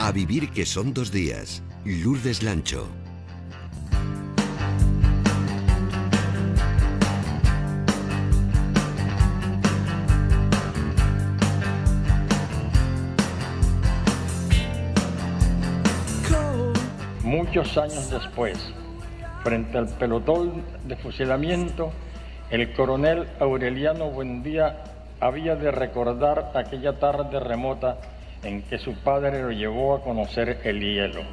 A vivir que son 2 días. Lourdes Lancho. Muchos años después, frente al pelotón de fusilamiento, el coronel Aureliano Buendía había de recordar aquella tarde remota en que su padre lo llevó a conocer el hielo.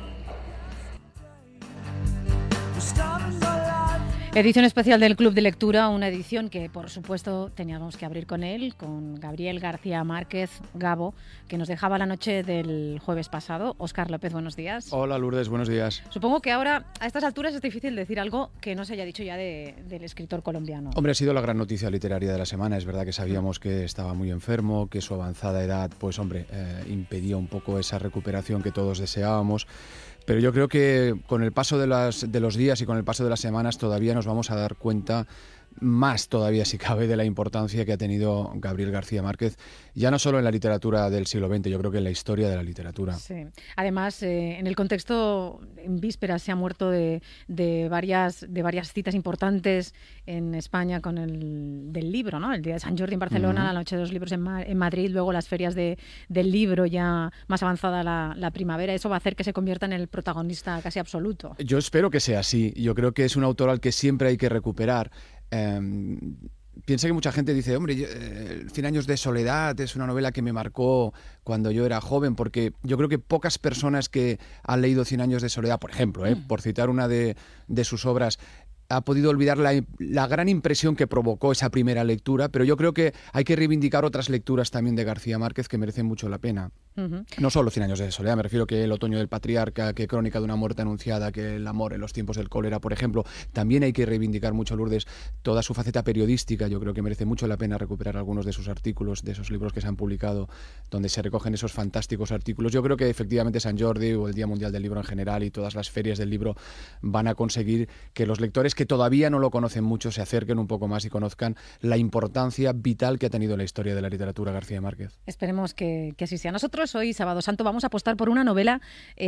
Edición especial del Club de Lectura, una edición que, por supuesto, teníamos que abrir con él, con Gabriel García Márquez, Gabo, que nos dejaba la noche del jueves pasado. Óscar López, buenos días. Hola, Lourdes, buenos días. Supongo que ahora, a estas alturas, es difícil decir algo que no se haya dicho ya del escritor colombiano. Hombre, ha sido la gran noticia literaria de la semana. Es verdad que sabíamos que estaba muy enfermo, que su avanzada edad, pues hombre, impedía un poco esa recuperación que todos deseábamos. Pero yo creo que con el paso de los días y con el paso de las semanas todavía nos vamos a dar cuenta, más todavía si cabe, de la importancia que ha tenido Gabriel García Márquez, ya no solo en la literatura del siglo XX, yo creo que en la historia de la literatura. Sí. Además, en el contexto, en vísperas se ha muerto de varias citas importantes en España con del libro, ¿no? El Día de San Jordi en Barcelona, la Noche de los Libros en Madrid, luego las ferias del libro ya más avanzada la primavera. Eso va a hacer que se convierta en el protagonista casi absoluto. Yo espero que sea así. Yo creo que es un autor al que siempre hay que recuperar. Piensa que mucha gente dice, hombre, 100 años de soledad es una novela que me marcó cuando yo era joven, porque yo creo que pocas personas que han leído 100 años de soledad, por ejemplo, por citar una de sus obras, ha podido olvidar la gran impresión que provocó esa primera lectura, pero yo creo que hay que reivindicar otras lecturas también de García Márquez que merecen mucho la pena. No solo 100 años de soledad, me refiero que El otoño del patriarca, que Crónica de una muerte anunciada, que El amor en los tiempos del cólera, por ejemplo. También hay que reivindicar mucho, Lourdes, toda su faceta periodística. Yo creo que merece mucho la pena recuperar algunos de sus artículos, de esos libros que se han publicado, donde se recogen esos fantásticos artículos. Yo creo que efectivamente San Jordi o el Día Mundial del Libro en general y todas las ferias del libro van a conseguir que los lectores que todavía no lo conocen mucho se acerquen un poco más y conozcan la importancia vital que ha tenido en la historia de la literatura García Márquez. Esperemos que así sea. Nosotros hoy, Sábado Santo, vamos a apostar por una novela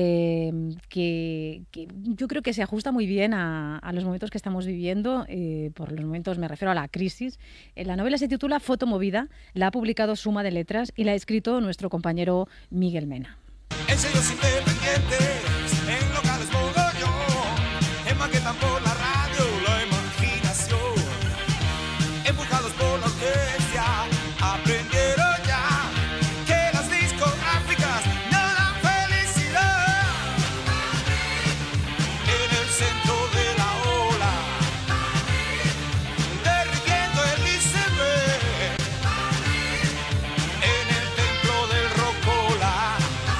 que yo creo que se ajusta muy bien a los momentos que estamos viviendo. Por los momentos me refiero a la crisis. La novela se titula Fotomovida, la ha publicado Suma de Letras y la ha escrito nuestro compañero Miguel Mena. En sellos independientes, en locales mogollón, en maquetan por la radio, la imaginación, empujados por la urgencia, aprendieron ya que las discográficas no dan felicidad. En el centro de la ola, derritiendo el iceberg, en el templo del Rocola.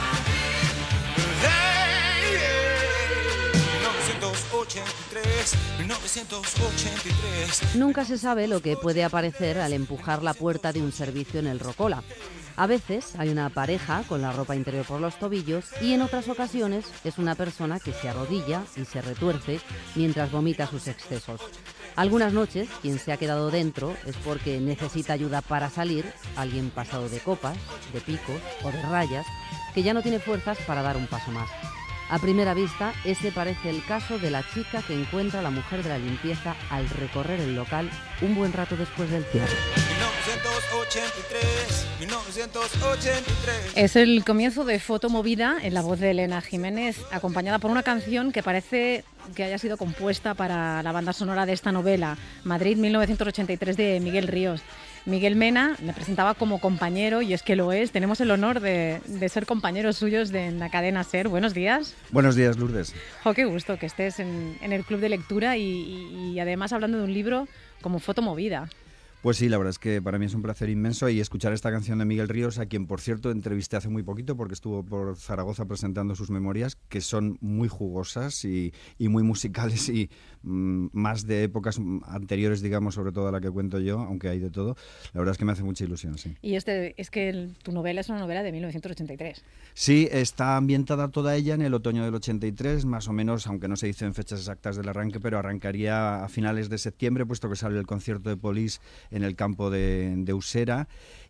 1983. Nunca se sabe lo que puede aparecer al empujar la puerta de un servicio en el Rocola. A veces hay una pareja con la ropa interior por los tobillos y en otras ocasiones es una persona que se arrodilla y se retuerce mientras vomita sus excesos. Algunas noches quien se ha quedado dentro es porque necesita ayuda para salir, alguien pasado de copas, de picos o de rayas, que ya no tiene fuerzas para dar un paso más. A primera vista, ese parece el caso de la chica que encuentra a la mujer de la limpieza al recorrer el local un buen rato después del cierre. 1983. Es el comienzo de Fotomovida en la voz de Elena Jiménez, acompañada por una canción que parece que haya sido compuesta para la banda sonora de esta novela, Madrid 1983 de Miguel Ríos. Miguel Mena me presentaba como compañero y es que lo es. Tenemos el honor de ser compañeros suyos en la cadena SER. Buenos días. Buenos días, Lourdes. Jo, qué gusto que estés en el Club de Lectura y además hablando de un libro como Fotomovida. Pues sí, la verdad es que para mí es un placer inmenso y escuchar esta canción de Miguel Ríos, a quien por cierto entrevisté hace muy poquito porque estuvo por Zaragoza presentando sus memorias, que son muy jugosas y muy musicales y más de épocas anteriores, digamos, sobre todo a la que cuento yo, aunque hay de todo. La verdad es que me hace mucha ilusión, sí. Y es que tu novela es una novela de 1983. Sí, está ambientada toda ella en el otoño del 83, más o menos, aunque no se dicen fechas exactas del arranque, pero arrancaría a finales de septiembre, puesto que sale el concierto de Police en el campo de Usera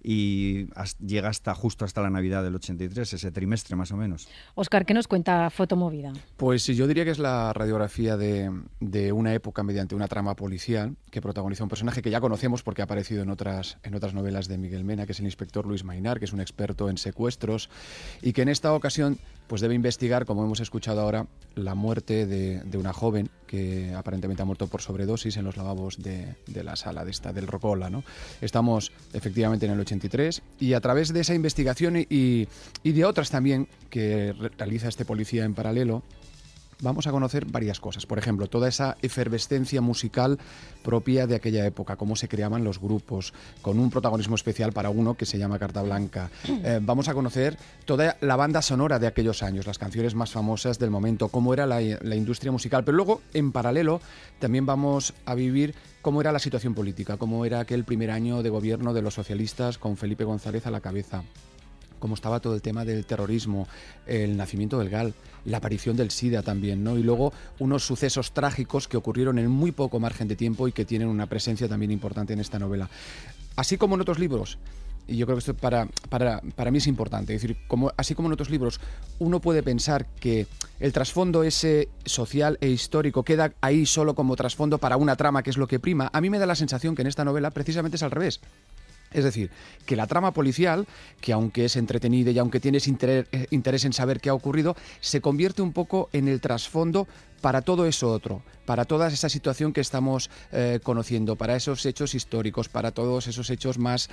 y llega justo hasta la Navidad del 83, ese trimestre más o menos. Óscar, ¿qué nos cuenta Fotomovida? Pues yo diría que es la radiografía de una época mediante una trama policial que protagoniza un personaje que ya conocemos porque ha aparecido en otras novelas de Miguel Mena, que es el inspector Luis Mainar, que es un experto en secuestros y que en esta ocasión pues debe investigar, como hemos escuchado ahora, la muerte de una joven que aparentemente ha muerto por sobredosis en los lavabos de la sala del Rocola, ¿no? Estamos efectivamente en el 83 y a través de esa investigación y de otras también que realiza este policía en paralelo, vamos a conocer varias cosas. Por ejemplo, toda esa efervescencia musical propia de aquella época, cómo se creaban los grupos, con un protagonismo especial para uno que se llama Carta Blanca. Vamos a conocer toda la banda sonora de aquellos años, las canciones más famosas del momento, cómo era la industria musical. Pero luego, en paralelo, también vamos a vivir cómo era la situación política, cómo era aquel primer año de gobierno de los socialistas con Felipe González a la cabeza. Cómo estaba todo el tema del terrorismo, el nacimiento del GAL, la aparición del SIDA también, ¿no? Y luego unos sucesos trágicos que ocurrieron en muy poco margen de tiempo y que tienen una presencia también importante en esta novela. Así como en otros libros, y yo creo que esto para mí es importante, es decir, así como en otros libros uno puede pensar que el trasfondo ese social e histórico queda ahí solo como trasfondo para una trama que es lo que prima, a mí me da la sensación que en esta novela precisamente es al revés. Es decir, que la trama policial, que aunque es entretenida y aunque tienes interés en saber qué ha ocurrido, se convierte un poco en el trasfondo para todo eso otro, para toda esa situación que estamos conociendo, para esos hechos históricos, para todos esos hechos más,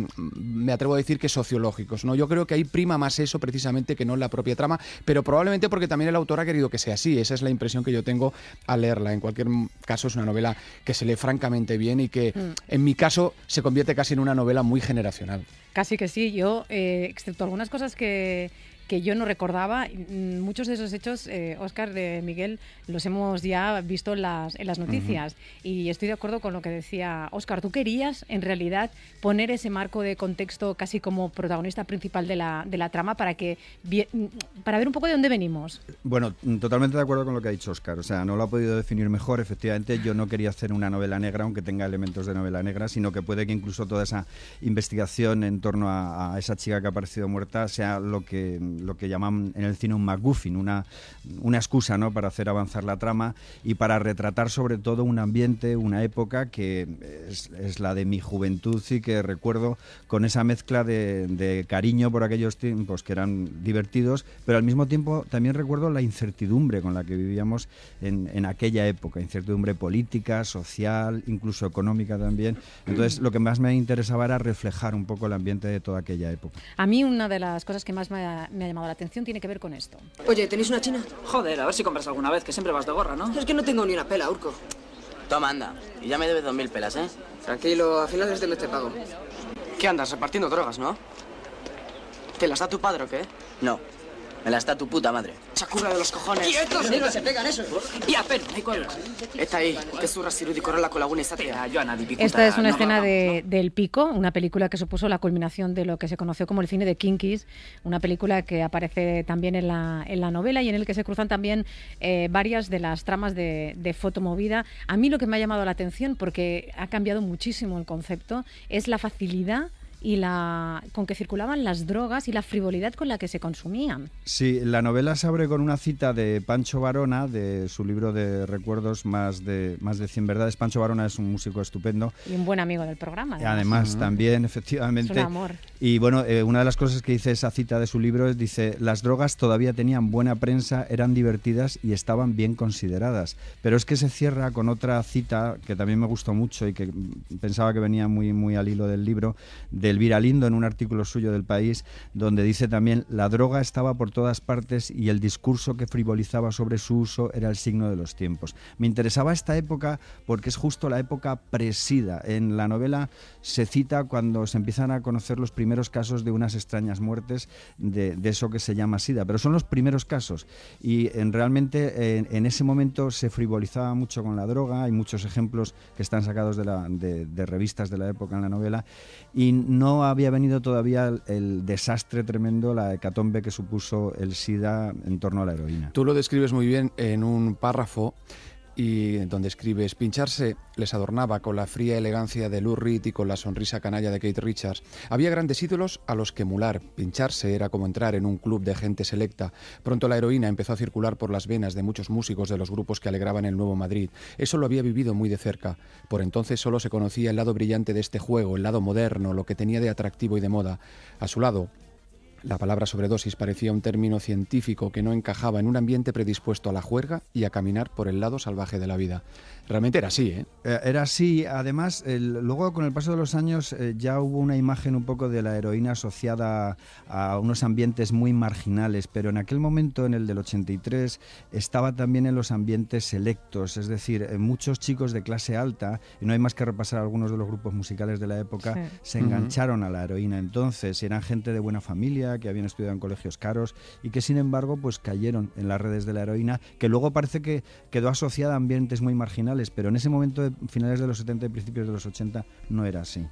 me atrevo a decir que sociológicos, ¿no? Yo creo que ahí prima más eso precisamente que no la propia trama, pero probablemente porque también el autor ha querido que sea así, esa es la impresión que yo tengo al leerla. En cualquier caso es una novela que se lee francamente bien y que en mi caso se convierte casi en una novela muy generacional. Casi que sí, yo, excepto algunas cosas que yo no recordaba, muchos de esos hechos, Óscar, Miguel, los hemos ya visto en las noticias. Y estoy de acuerdo con lo que decía Óscar. Tú querías, en realidad, poner ese marco de contexto casi como protagonista principal de la trama para ver un poco de dónde venimos. Bueno, totalmente de acuerdo con lo que ha dicho Óscar. O sea, no lo ha podido definir mejor. Efectivamente, yo no quería hacer una novela negra, aunque tenga elementos de novela negra, sino que puede que incluso toda esa investigación en torno a esa chica que ha aparecido muerta sea lo que llaman en el cine un MacGuffin, una excusa, ¿no?, para hacer avanzar la trama y para retratar sobre todo un ambiente, una época que es la de mi juventud y que recuerdo con esa mezcla de cariño por aquellos tiempos que eran divertidos, pero al mismo tiempo también recuerdo la incertidumbre con la que vivíamos en aquella época, incertidumbre política, social, incluso económica también. Entonces lo que más me interesaba era reflejar un poco el ambiente de toda aquella época. A mí una de las cosas que más me ha llamado la atención tiene que ver con esto. Oye, ¿tenéis una china? Joder, a ver si compras alguna vez, que siempre vas de gorra, ¿no? Es que no tengo ni una pela, Urco. Toma, anda. Y ya me debes 2.000 pelas, ¿eh? Tranquilo, a finales de mes te pago. ¿Qué andas, repartiendo drogas, no? ¿Te las da tu padre o qué? No. Me las da tu puta madre. Chacurra de los cojones. ¡Quietos! ¡No se pegan eso! ¡Ya, pero! Eta ahí, que zurras irudiko horrelako lagun izatea, Joana, dipikuta. Esta es una escena del Pico, una película que supuso la culminación de lo que se conoció como el cine de Kinkis, una película que aparece también en la novela y en el que se cruzan también varias de las tramas de Fotomovida. A mí lo que me ha llamado la atención, porque ha cambiado muchísimo el concepto, es la facilidad y con que circulaban las drogas y la frivolidad con la que se consumían. Sí, la novela se abre con una cita de Pancho Varona, de su libro de recuerdos Más de 100 verdades. Pancho Varona es un músico estupendo. Y un buen amigo del programa. Además también, efectivamente. Es un amor. Y bueno, una de las cosas que dice esa cita de su libro es, dice, las drogas todavía tenían buena prensa, eran divertidas y estaban bien consideradas. Pero es que se cierra con otra cita que también me gustó mucho y que pensaba que venía muy, muy al hilo del libro, de Elvira Lindo, en un artículo suyo del País, donde dice también: la droga estaba por todas partes y el discurso que frivolizaba sobre su uso era el signo de los tiempos. Me interesaba esta época porque es justo la época pre-SIDA. En la novela se cita cuando se empiezan a conocer los primeros casos de unas extrañas muertes de eso que se llama SIDA, pero son los primeros casos y realmente en ese momento se frivolizaba mucho con la droga. Hay muchos ejemplos que están sacados de revistas de la época en la novela, y no había venido todavía el desastre tremendo, la hecatombe que supuso el SIDA en torno a la heroína. Tú lo describes muy bien en un párrafo y donde escribes: pincharse les adornaba con la fría elegancia de Lou Reed y con la sonrisa canalla de Keith Richards. Había grandes ídolos a los que emular. Pincharse era como entrar en un club de gente selecta. Pronto la heroína empezó a circular por las venas de muchos músicos de los grupos que alegraban el Nuevo Madrid. Eso lo había vivido muy de cerca. Por entonces solo se conocía el lado brillante de este juego, el lado moderno, lo que tenía de atractivo y de moda. A su lado, la palabra sobredosis parecía un término científico que no encajaba en un ambiente predispuesto a la juerga y a caminar por el lado salvaje de la vida. Realmente era así, ¿eh? Era así. Además, luego con el paso de los años ya hubo una imagen un poco de la heroína asociada a unos ambientes muy marginales, pero en aquel momento, en el del 83, estaba también en los ambientes selectos, es decir, muchos chicos de clase alta, y no hay más que repasar algunos de los grupos musicales de la época, se engancharon a la heroína entonces, eran gente de buena familia, que habían estudiado en colegios caros y que sin embargo pues cayeron en las redes de la heroína, que luego parece que quedó asociada a ambientes muy marginales, pero en ese momento, de finales de los 70 y principios de los 80, no era así.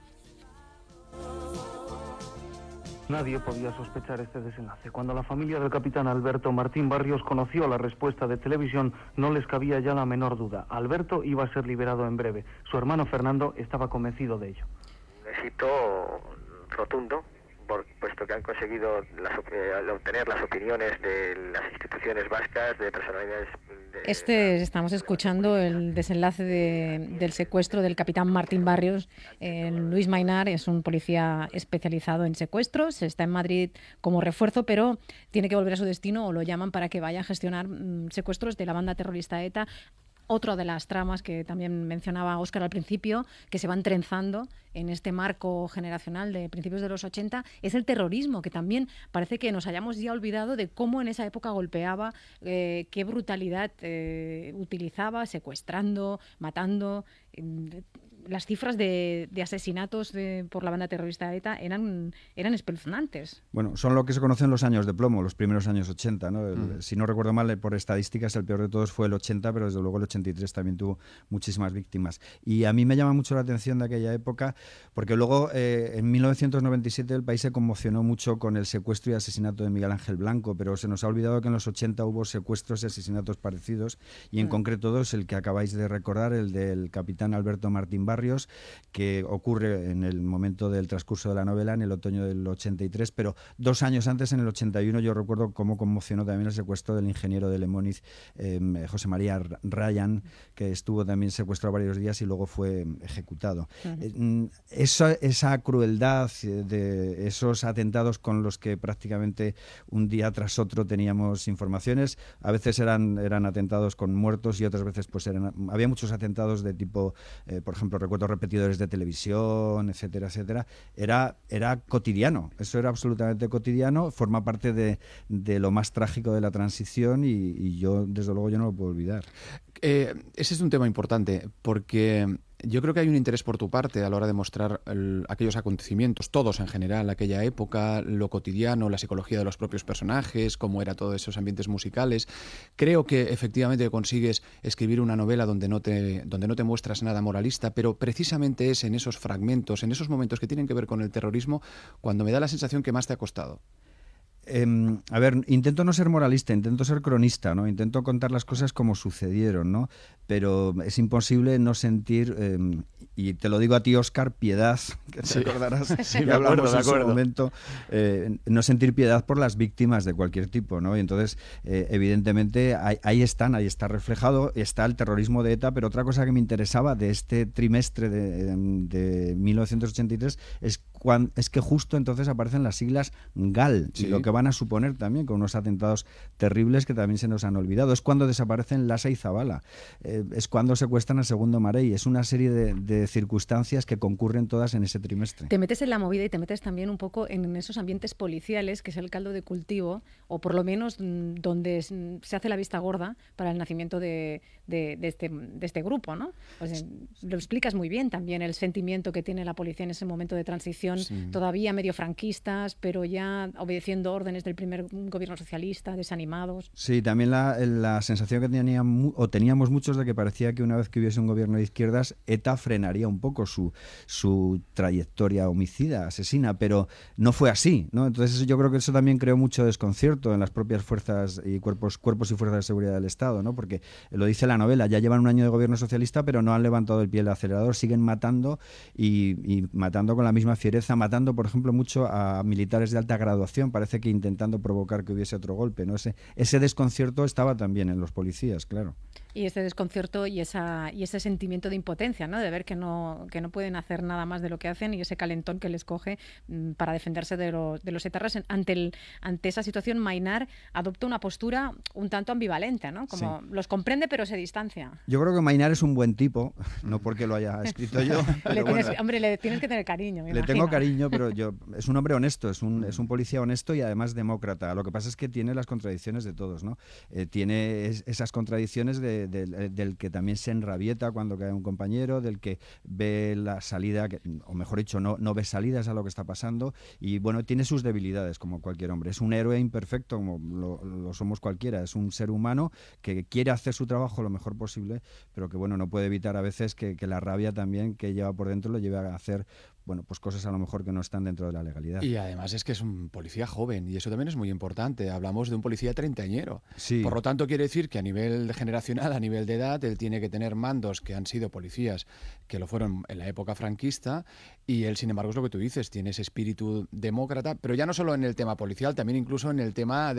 Nadie podía sospechar este desenlace. Cuando la familia del capitán Alberto Martín Barrios conoció la respuesta de Televisión, no les cabía ya la menor duda. Alberto iba a ser liberado en breve. Su hermano Fernando estaba convencido de ello. Un éxito rotundo, puesto que han conseguido obtener las opiniones de las instituciones vascas, de personalidades... Estamos escuchando el desenlace del secuestro del capitán Martín Barrios. Luis Mainar es un policía especializado en secuestros, está en Madrid como refuerzo, pero tiene que volver a su destino o lo llaman para que vaya a gestionar secuestros de la banda terrorista ETA. Otra de las tramas que también mencionaba Óscar al principio, que se van trenzando en este marco generacional de principios de los 80, es el terrorismo, que también parece que nos hayamos ya olvidado de cómo en esa época golpeaba, qué brutalidad utilizaba, secuestrando, matando. Las cifras de asesinatos por la banda terrorista ETA eran espeluznantes. Bueno, son lo que se conocen los años de plomo, los primeros años 80, ¿no? Si no recuerdo mal, por estadísticas, el peor de todos fue el 80, pero desde luego el 83 también tuvo muchísimas víctimas. Y a mí me llama mucho la atención de aquella época, porque luego, en 1997, el país se conmocionó mucho con el secuestro y asesinato de Miguel Ángel Blanco, pero se nos ha olvidado que en los 80 hubo secuestros y asesinatos parecidos, y en concreto dos, el que acabáis de recordar, el del capitán Alberto Martín Barrios, que ocurre en el momento del transcurso de la novela, en el otoño del 83, pero 2 años antes, en el 81, yo recuerdo cómo conmocionó también el secuestro del ingeniero de Lemoniz, José María Ryan, que estuvo también secuestrado varios días y luego fue ejecutado. Esa crueldad de esos atentados con los que prácticamente un día tras otro teníamos informaciones, a veces eran atentados con muertos y otras veces pues había muchos atentados de tipo, por ejemplo, recuerdo repetidores de televisión, etcétera, etcétera. Era cotidiano, eso era absolutamente cotidiano, forma parte de lo más trágico de la transición y yo, desde luego, yo no lo puedo olvidar. Ese es un tema importante porque yo creo que hay un interés por tu parte a la hora de mostrar aquellos acontecimientos, todos en general, aquella época, lo cotidiano, la psicología de los propios personajes, cómo eran todos esos ambientes musicales. Creo que efectivamente consigues escribir una novela donde no te muestras nada moralista, pero precisamente es en esos fragmentos, en esos momentos que tienen que ver con el terrorismo, cuando me da la sensación que más te ha costado. A ver, intento no ser moralista, intento ser cronista, ¿no? Intento contar las cosas como sucedieron, ¿no? Pero es imposible no sentir, y te lo digo a ti, Óscar, piedad, que te recordarás, sí, que hablamos en su momento, no sentir piedad por las víctimas de cualquier tipo, ¿no? Y entonces, evidentemente, ahí está reflejado, está el terrorismo de ETA, pero otra cosa que me interesaba de este trimestre de 1983 es que justo entonces aparecen las siglas GAL, y lo que van a suponer también con unos atentados terribles que también se nos han olvidado. Es cuando desaparecen Lasa y Zabala, es cuando secuestran a Segundo Marey, es una serie de circunstancias que concurren todas en ese trimestre. Te metes en la movida y te metes también un poco en esos ambientes policiales, que es el caldo de cultivo, o por lo menos donde se hace la vista gorda para el nacimiento de este grupo, ¿no? Pues, lo explicas muy bien también, el sentimiento que tiene la policía en ese momento de transición, todavía medio franquistas, pero ya obedeciendo órdenes desórdenes del primer gobierno socialista, desanimados. Sí, también la sensación que teníamos muchos de que parecía que una vez que hubiese un gobierno de izquierdas, ETA frenaría un poco su trayectoria homicida, asesina, pero no fue así, ¿no? Entonces yo creo que eso también creó mucho desconcierto en las propias fuerzas y cuerpos y fuerzas de seguridad del Estado, ¿no? Porque lo dice la novela, ya llevan un año de gobierno socialista, pero no han levantado el pie del acelerador, siguen matando y matando con la misma fiereza, matando, por ejemplo, mucho a militares de alta graduación, parece que intentando provocar que hubiese otro golpe, ¿no? Ese desconcierto estaba también en los policías, claro. Y ese desconcierto y ese sentimiento de impotencia, ¿no? De ver que no pueden hacer nada más de lo que hacen, y ese calentón que les coge para defenderse de los etarras. Ante esa situación, Maynar adopta una postura un tanto ambivalente, ¿no? Como los comprende pero se distancia. Yo creo que Maynar es un buen tipo, no porque lo haya escrito yo. Hombre, le tienes que tener cariño, me imagino. Tengo cariño, pero es un hombre honesto, es un policía honesto y además demócrata. Lo que pasa es que tiene las contradicciones de todos, ¿no? Tiene esas contradicciones del que también se enrabieta cuando cae un compañero, del que ve la salida, o mejor dicho, no ve salidas a lo que está pasando, y bueno, tiene sus debilidades como cualquier hombre. Es un héroe imperfecto como lo somos cualquiera, es un ser humano que quiere hacer su trabajo lo mejor posible, pero que bueno, no puede evitar a veces que la rabia también que lleva por dentro lo lleve a hacer pues cosas a lo mejor que no están dentro de la legalidad. Y además es que es un policía joven, y eso también es muy importante. Hablamos de un policía treintañero. Sí. Por lo tanto, quiere decir que a nivel generacional, a nivel de edad, él tiene que tener mandos que han sido policías que lo fueron en la época franquista, y él, sin embargo, es lo que tú dices, tiene ese espíritu demócrata, pero ya no solo en el tema policial, también incluso en el tema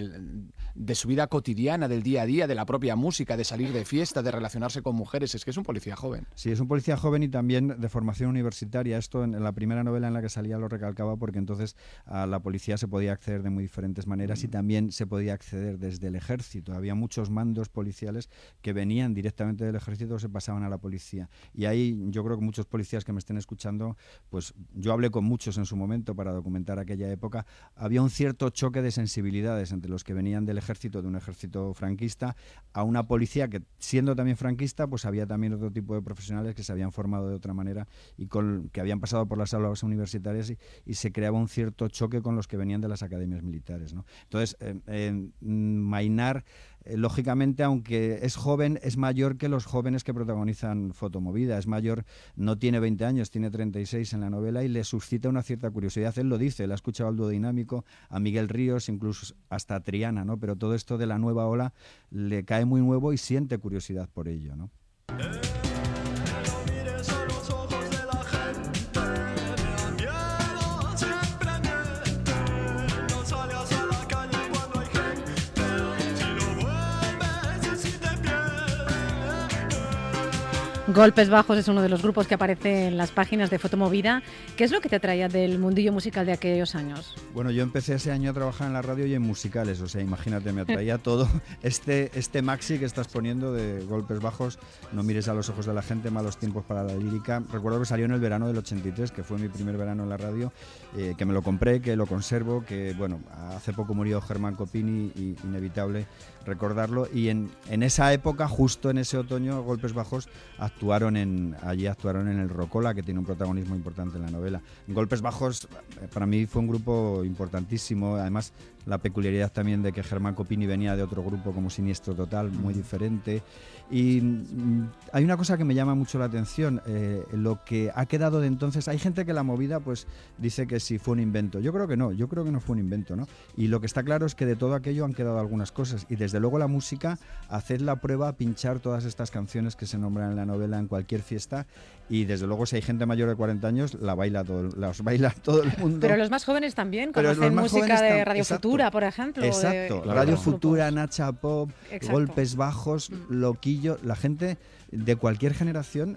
de su vida cotidiana, del día a día, de la propia música, de salir de fiesta, de relacionarse con mujeres. Es que es un policía joven. Sí, es un policía joven y también de formación universitaria. Esto en la primera novela en la que salía lo recalcaba, porque entonces a la policía se podía acceder de muy diferentes maneras y también se podía acceder desde el ejército. Había muchos mandos policiales que venían directamente del ejército o se pasaban a la policía. Y ahí yo creo que muchos policías que me estén escuchando, pues yo hablé con muchos en su momento para documentar aquella época. Había un cierto choque de sensibilidades entre los que venían del ejército, de un ejército franquista, a una policía que, siendo también franquista, pues había también otro tipo de profesionales que se habían formado de otra manera y que habían pasado por las aulas universitarias y se creaba un cierto choque con los que venían de las academias militares, ¿no? Entonces, Maynar, lógicamente, aunque es joven, es mayor que los jóvenes que protagonizan Fotomovida. Es mayor, no tiene 20 años, tiene 36 en la novela, y le suscita una cierta curiosidad. Él lo dice, él ha escuchado al Dúo Dinámico, a Miguel Ríos, incluso hasta a Triana, ¿no? Pero todo esto de la nueva ola le cae muy nuevo y siente curiosidad por ello, ¿no? Golpes Bajos es uno de los grupos que aparece en las páginas de Fotomovida. ¿Qué es lo que te atraía del mundillo musical de aquellos años? Bueno, yo empecé ese año a trabajar en la radio y en musicales, o sea, imagínate, me atraía todo. Este maxi que estás poniendo de Golpes Bajos, No mires a los ojos de la gente, Malos tiempos para la lírica, recuerdo que salió en el verano del 83, que fue mi primer verano en la radio, que me lo compré, que lo conservo, que bueno, hace poco murió Germán Copini y inevitable recordarlo, y en esa época, justo en ese otoño, Golpes Bajos actuaron en el Rocola, que tiene un protagonismo importante en la novela. Golpes Bajos para mí fue un grupo importantísimo, además la peculiaridad también de que Germán Copini venía de otro grupo como Siniestro Total, muy diferente. Y hay una cosa que me llama mucho la atención, lo que ha quedado de entonces. Hay gente que la movida pues dice que sí fue un invento. Yo creo que no fue un invento, ¿no? Y lo que está claro es que de todo aquello han quedado algunas cosas. Y desde luego la música, haced la prueba, pinchar todas estas canciones que se nombran en la novela en cualquier fiesta. Y desde luego si hay gente mayor de 40 años, las baila todo el mundo. Pero los más jóvenes también conocen música de Radio exacto, Futura, por ejemplo. Exacto, Radio Futura, Nacha Pop, exacto. Golpes Bajos, Loquillo, la gente de cualquier generación,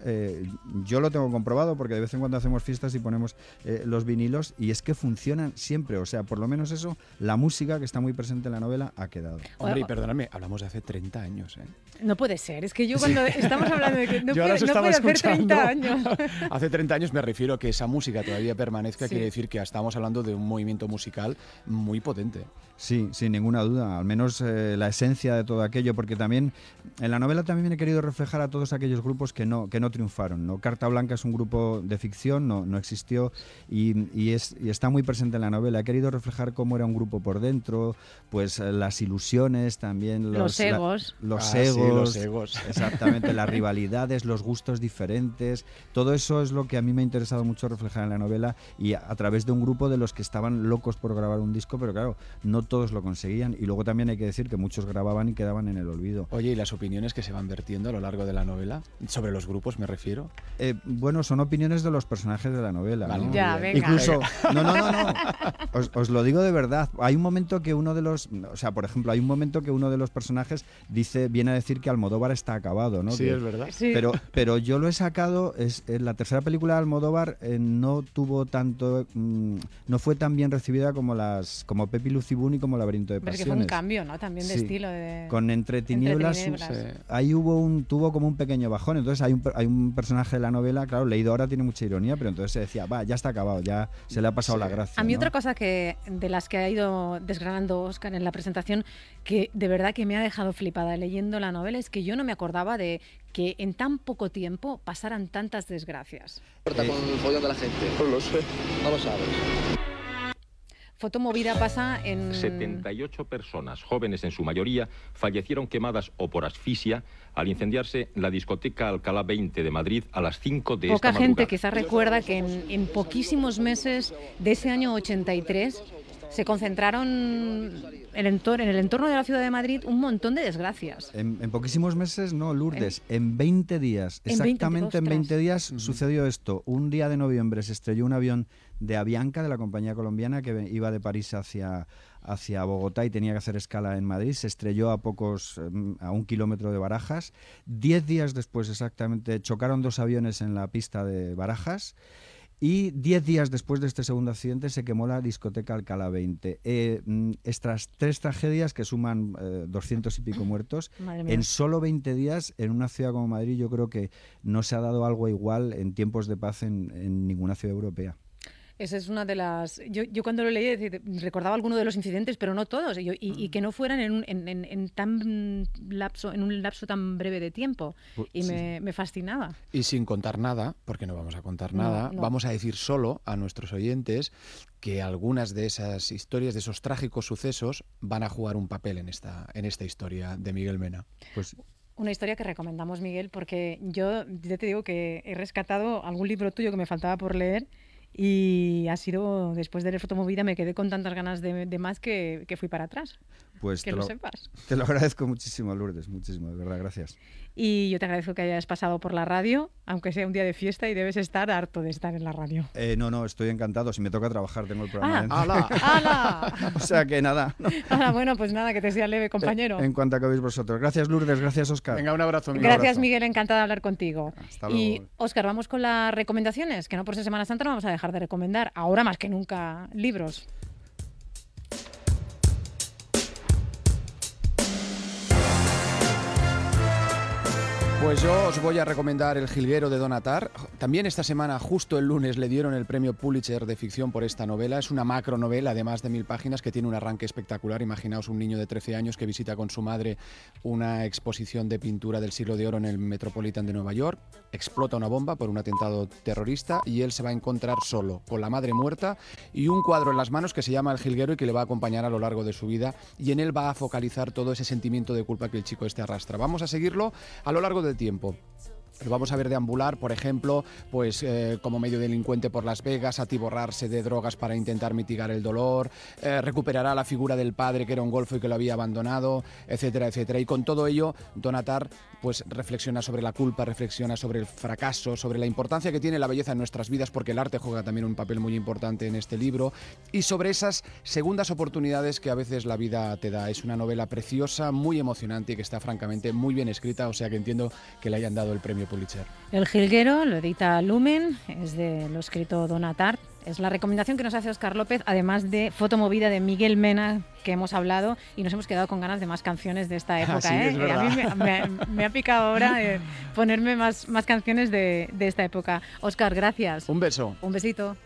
yo lo tengo comprobado porque de vez en cuando hacemos fiestas y ponemos los vinilos y es que funcionan siempre, o sea, por lo menos eso, la música que está muy presente en la novela ha quedado. Hombre, y perdóname, hablamos de hace 30 años, ¿eh? No puede ser, es que yo cuando estamos hablando de que no puede hacer 30 años. Hace 30 años me refiero a que esa música todavía permanezca, sí. Quiere decir que estamos hablando de un movimiento musical muy potente. Sí, sin ninguna duda, al menos la esencia de todo aquello, porque también en la novela también he querido reflejar a todos todos aquellos grupos que no triunfaron, ¿no? Carta Blanca es un grupo de ficción, no existió y está muy presente en la novela. He querido reflejar cómo era un grupo por dentro, pues las ilusiones también, los egos. Los egos. Exactamente, las rivalidades, los gustos diferentes. Todo eso es lo que a mí me ha interesado mucho reflejar en la novela y a través de un grupo de los que estaban locos por grabar un disco, pero claro, no todos lo conseguían. Y luego también hay que decir que muchos grababan y quedaban en el olvido. Oye, ¿y las opiniones que se van vertiendo a lo largo de la novela? Sobre los grupos me refiero. Bueno, son opiniones de los personajes de la novela. Vale, ¿no? Ya, venga. Incluso, no. Os lo digo de verdad. Hay un momento que uno de los, por ejemplo, hay un momento que uno de los personajes viene a decir que Almodóvar está acabado, ¿no? Sí, es verdad. Sí. Pero yo lo he sacado, la tercera película de Almodóvar no tuvo tanto, no fue tan bien recibida como Pepi Lucibún y como Laberinto de Pasiones. Porque fue un cambio, ¿no? También de Sí. estilo. Con Entre Tinieblas, ahí tuvo como un pequeño bajón. Entonces hay un personaje de la novela, claro, leído ahora tiene mucha ironía, pero entonces se decía, ya está acabado, ya se le ha pasado la gracia. A mí ¿no? otra cosa de las que ha ido desgranando Óscar en la presentación, que de verdad que me ha dejado flipada leyendo la novela, es que yo no me acordaba de que en tan poco tiempo pasaran tantas desgracias. Con el follón de la gente. No lo sé, no lo sabes. Fotomovida pasa en... 78 personas, jóvenes en su mayoría, fallecieron quemadas o por asfixia al incendiarse la discoteca Alcalá 20 de Madrid a las 5 de esta Poca madrugada. gente quizás recuerda que en poquísimos meses de ese año 83 se concentraron en el entorno de la ciudad de Madrid un montón de desgracias. En poquísimos meses, no, Lourdes, en 20 días, exactamente en 20 días sucedió esto. Un día de noviembre se estrelló un avión de Avianca, de la compañía colombiana, que iba de París hacia Bogotá y tenía que hacer escala en Madrid. Se estrelló a 1 kilómetro de Barajas. 10 días después exactamente chocaron 2 aviones en la pista de Barajas. Y 10 días después de este segundo accidente se quemó la discoteca Alcalá 20. Estas 3 tragedias que suman 200 y pico muertos, en solo 20 días en una ciudad como Madrid, yo creo que no se ha dado algo igual en tiempos de paz en ninguna ciudad europea. Esa es una de las... Yo cuando lo leí recordaba alguno de los incidentes, pero no todos, y que no fueran en un lapso tan breve de tiempo. Y me fascinaba. Y sin contar nada, porque no vamos a contar nada, vamos a decir solo a nuestros oyentes que algunas de esas historias, de esos trágicos sucesos, van a jugar un papel en esta historia de Miguel Mena. Pues... Una historia que recomendamos, Miguel, porque yo ya te digo que he rescatado algún libro tuyo que me faltaba por leer. Y ha sido, después de la Fotomovida, me quedé con tantas ganas de más que fui para atrás. Pues que lo sepas. Te lo agradezco muchísimo, Lourdes, muchísimo, de verdad, gracias. Y yo te agradezco que hayas pasado por la radio, aunque sea un día de fiesta y debes estar harto de estar en la radio. No, estoy encantado. Si me toca trabajar, tengo el programa. ¡Hala! O sea que nada. Bueno, pues nada, que te sea leve, compañero. En cuanto acabéis vosotros. Gracias, Lourdes, gracias, Óscar. Venga, un abrazo. Gracias, Miguel, encantada de hablar contigo. Hasta luego. Y, Óscar, vamos con las recomendaciones, que no por ser Semana Santa no vamos a dejar de recomendar, ahora más que nunca, libros. Pues yo os voy a recomendar El jilguero de Donatar. También esta semana, justo el lunes, le dieron el premio Pulitzer de ficción por esta novela. Es una macronovela de más de 1000 páginas que tiene un arranque espectacular. Imaginaos un niño de 13 años que visita con su madre una exposición de pintura del siglo de oro en el Metropolitan de Nueva York. Explota una bomba por un atentado terrorista y él se va a encontrar solo, con la madre muerta y un cuadro en las manos que se llama El jilguero y que le va a acompañar a lo largo de su vida. Y en él va a focalizar todo ese sentimiento de culpa que el chico este arrastra. Vamos a seguirlo a lo largo del tiempo. Lo vamos a ver deambular, por ejemplo, como medio delincuente por Las Vegas, atiborrarse de drogas para intentar mitigar el dolor, recuperará la figura del padre que era un golfo y que lo había abandonado, etcétera, etcétera. Y con todo ello, Donatar reflexiona sobre la culpa, reflexiona sobre el fracaso, sobre la importancia que tiene la belleza en nuestras vidas, porque el arte juega también un papel muy importante en este libro, y sobre esas segundas oportunidades que a veces la vida te da. Es una novela preciosa, muy emocionante y que está francamente muy bien escrita, o sea que entiendo que le hayan dado el premio Pulitzer. El jilguero lo edita Lumen, es de lo escrito Donatar. Es la recomendación que nos hace Óscar López, además de Fotomovida de Miguel Mena, que hemos hablado, y nos hemos quedado con ganas de más canciones de esta época. Sí, es verdad. A mí me ha picado ahora ponerme más canciones de esta época. Óscar, gracias. Un beso. Un besito.